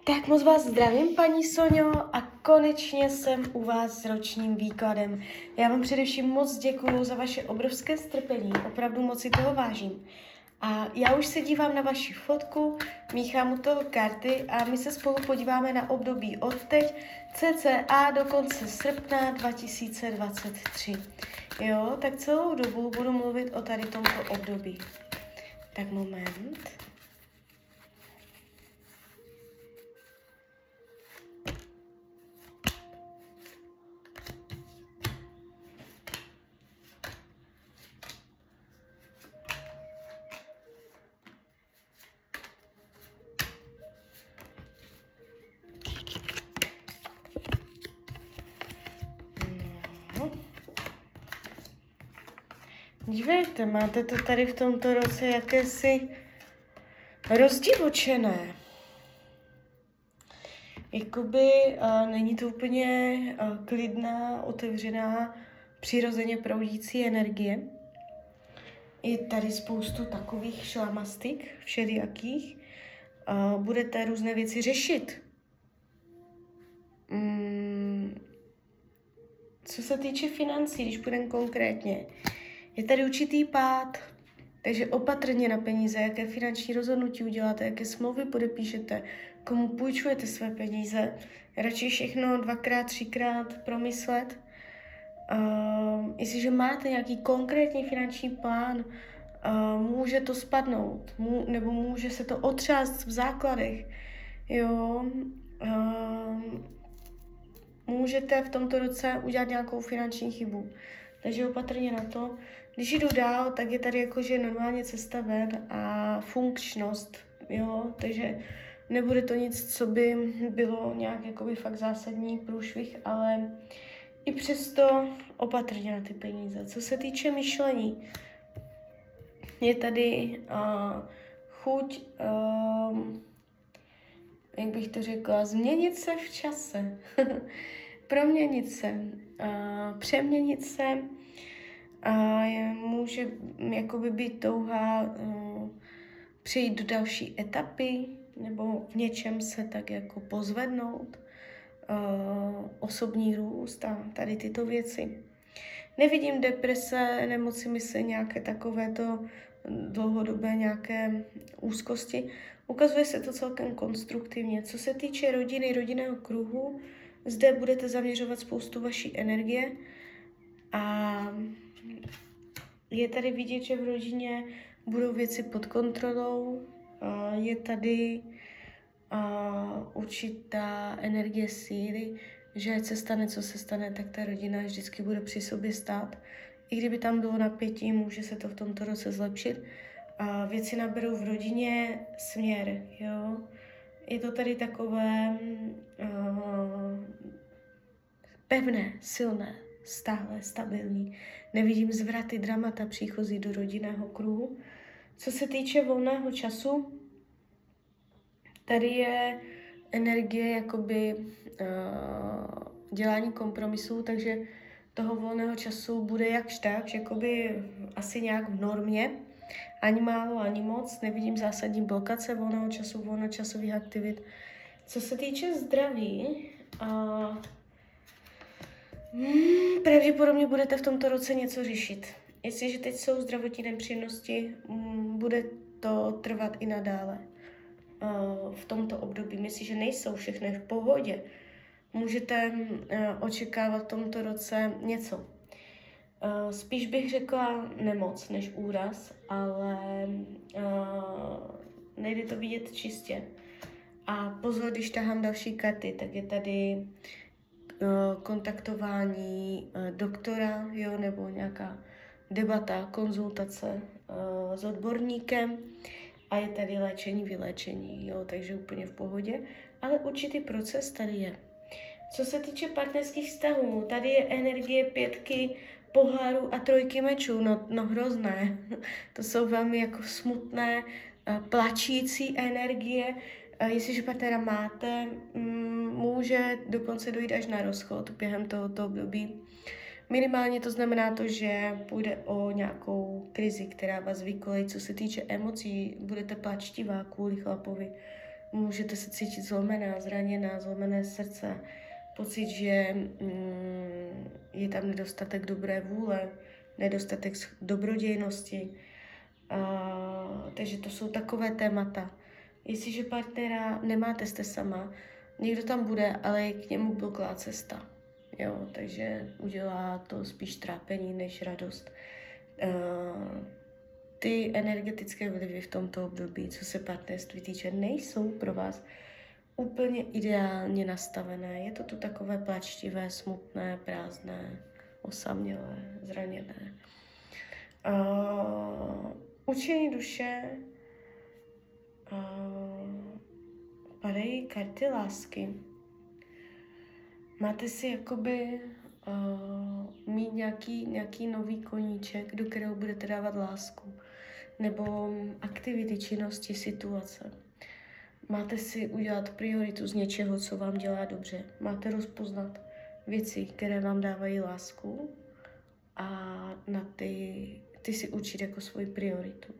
Tak moc vás zdravím, paní Soňo, a konečně jsem u vás s ročním výkladem. Já vám především moc děkuju za vaše obrovské strpení, opravdu moc si toho vážím. A já už se dívám na vaši fotku, míchám u toho karty a my se spolu podíváme na období od teď cca do konce srpna 2023. Jo, tak celou dobu budu mluvit o tady tomto období. Tak moment. Dívejte, máte to tady v tomto roce jakési rozdivočené. Jakoby není to úplně klidná, otevřená, přirozeně proudící energie. Je tady spoustu takových šlamastik, všelijakých. Budete různé věci řešit. Co se týče financí, když půjdeme konkrétně, je tady určitý pád, takže opatrně na peníze, jaké finanční rozhodnutí uděláte, jaké smlouvy podepíšete, komu půjčujete své peníze. Radši všechno dvakrát, třikrát promyslet. Jestliže máte nějaký konkrétní finanční plán, může to spadnout, nebo může se to otřást v základech. Jo, můžete v tomto roce udělat nějakou finanční chybu. Takže opatrně na to. Když jdu dál, tak je tady jakože normálně cesta ven a funkčnost, jo, takže nebude to nic, co by bylo nějak jakoby fakt zásadní průšvih, ale i přesto opatrně na ty peníze. Co se týče myšlení, je tady chuť, jak bych to řekla, změnit se v čase, proměnit se, přeměnit se, může jakoby být touha přejít do další etapy nebo v něčem se tak jako pozvednout, osobní růst a tady tyto věci. Nevidím deprese, nemoci mysli, nějaké takovéto dlouhodobé nějaké úzkosti. Ukazuje se to celkem konstruktivně. Co se týče rodiny, rodinného kruhu, zde budete zaměřovat spoustu vaší energie a je tady vidět, že v rodině budou věci pod kontrolou, je tady určitá energie síly, že ať se stane, co se stane, tak ta rodina vždycky bude při sobě stát. I kdyby tam bylo napětí, může se to v tomto roce zlepšit. Věci naberou v rodině směr, jo. Je to tady takové pevné, silné, stále, stabilní. Nevidím zvraty, dramata příchozí do rodinného kruhu. Co se týče volného času, tady je energie jakoby dělání kompromisů, takže toho volného času bude jakž tak, jakoby asi nějak v normě. Ani málo, ani moc. Nevidím zásadní blokace volného času, volnočasových aktivit. Co se týče zdraví, pravděpodobně budete v tomto roce něco řešit. Jestliže teď jsou zdravotní nepříjemnosti, bude to trvat i nadále. V tomto období. Myslím, že nejsou všechny v pohodě. Můžete očekávat v tomto roce něco. Spíš bych řekla nemoc než úraz, ale nejde to vidět čistě. A pozor, když tahám další karty, tak je tady kontaktování doktora, jo, nebo nějaká debata, konzultace s odborníkem a je tady léčení, vyléčení, jo, takže úplně v pohodě, ale určitý proces tady je. Co se týče partnerských vztahů, tady je energie 5 pohárů a 3 mečů, no hrozné. To jsou velmi jako smutné, plačící energie. Jestliže partnera máte, může dokonce dojít až na rozchod během tohoto období. Minimálně to znamená to, že půjde o nějakou krizi, která vás vykolejí. Co se týče emocí, budete plačtivá kvůli chlapovi. můžete se cítit zlomená, zraněná, zlomené srdce, pocit, že je tam nedostatek dobré vůle, nedostatek dobrodějnosti. Takže to jsou takové témata. Jestliže partnera nemáte, jste sama, někdo tam bude, ale je k němu bloklá cesta. Jo, takže udělá to spíš trápení než radost. Ty energetické vlivy v tomto období, co se partnerství týče, nejsou pro vás úplně ideálně nastavené. Je to tu takové plačtivé, smutné, prázdné, osamělé, zraněné. Učení duše, padají karty lásky. Máte si jakoby mít nějaký nový koníček, do kterého budete dávat lásku. Nebo aktivity, činnosti, situace. Máte si udělat prioritu z něčeho, co vám dělá dobře. Máte rozpoznat věci, které vám dávají lásku a na ty si učit jako svoji prioritu.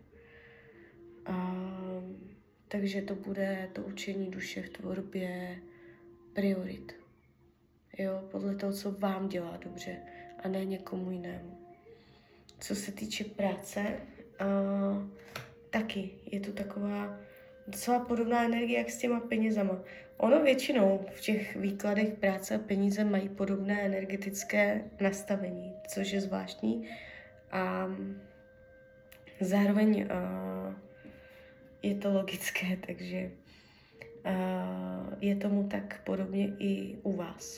Takže to bude to učení duše v tvorbě priorit. Jo, podle toho, co vám dělá dobře a ne někomu jinému. Co se týče práce, taky je to taková docela podobná energie, jak s těma penězama. Ono většinou v těch výkladech práce a peníze mají podobné energetické nastavení, což je zvláštní. A zároveň je to logické, takže je tomu tak podobně i u vás.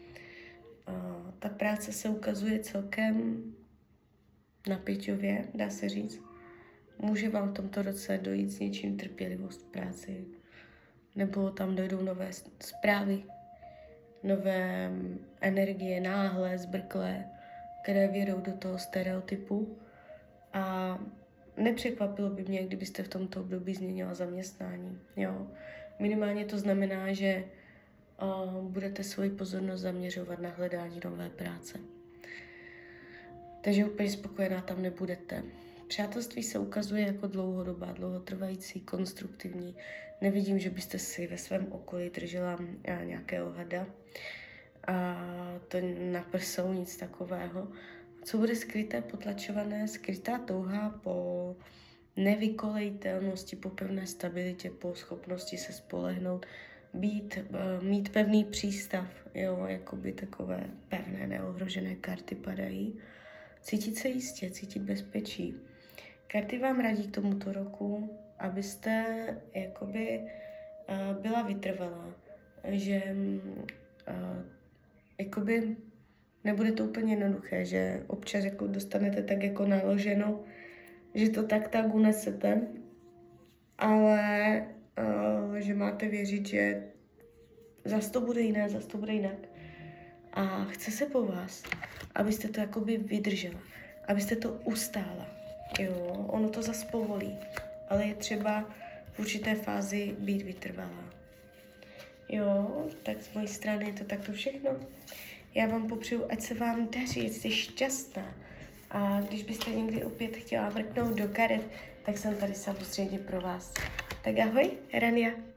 Ta práce se ukazuje celkem napěťově, dá se říct. Může vám v tomto roce dojít s něčím trpělivost v práci, nebo tam dojdou nové zprávy, nové energie, náhle, zbrklé, které vědou do toho stereotypu. A nepřekvapilo by mě, kdybyste v tomto období změnila zaměstnání. Jo. Minimálně to znamená, že budete svoji pozornost zaměřovat na hledání nové práce. Takže úplně spokojená tam nebudete. Přátelství se ukazuje jako dlouhodobá, dlouhotrvající, konstruktivní. Nevidím, že byste si ve svém okolí držela nějakého hada. A to na prsou, nic takového. Co bude skryté, potlačované, skrytá touha po nevykolejitelnosti, po pevné stabilitě, po schopnosti se spolehnout, mít pevný přístav, jo, jakoby takové pevné, neohrožené karty padají. Cítit se jistě, cítit bezpečí. Karty vám radí k tomuto roku, abyste jakoby byla vytrvalá, že jakoby nebude to úplně jednoduché, že občas jako dostanete tak jako naloženo, že to tak unesete, ale že máte věřit, že zas to bude jiné, zas to bude jinak. A chce se po vás, abyste to jakoby vydržela, abyste to ustála. Jo, ono to zas povolí, ale je třeba v určité fázi být vytrvalá. Jo, tak z mojí strany je to takto všechno. Já vám popřeju, ať se vám daří, ať jste šťastná. A když byste někdy opět chtěla mrknout do karet, tak jsem tady samozřejmě pro vás. Tak ahoj, Rania.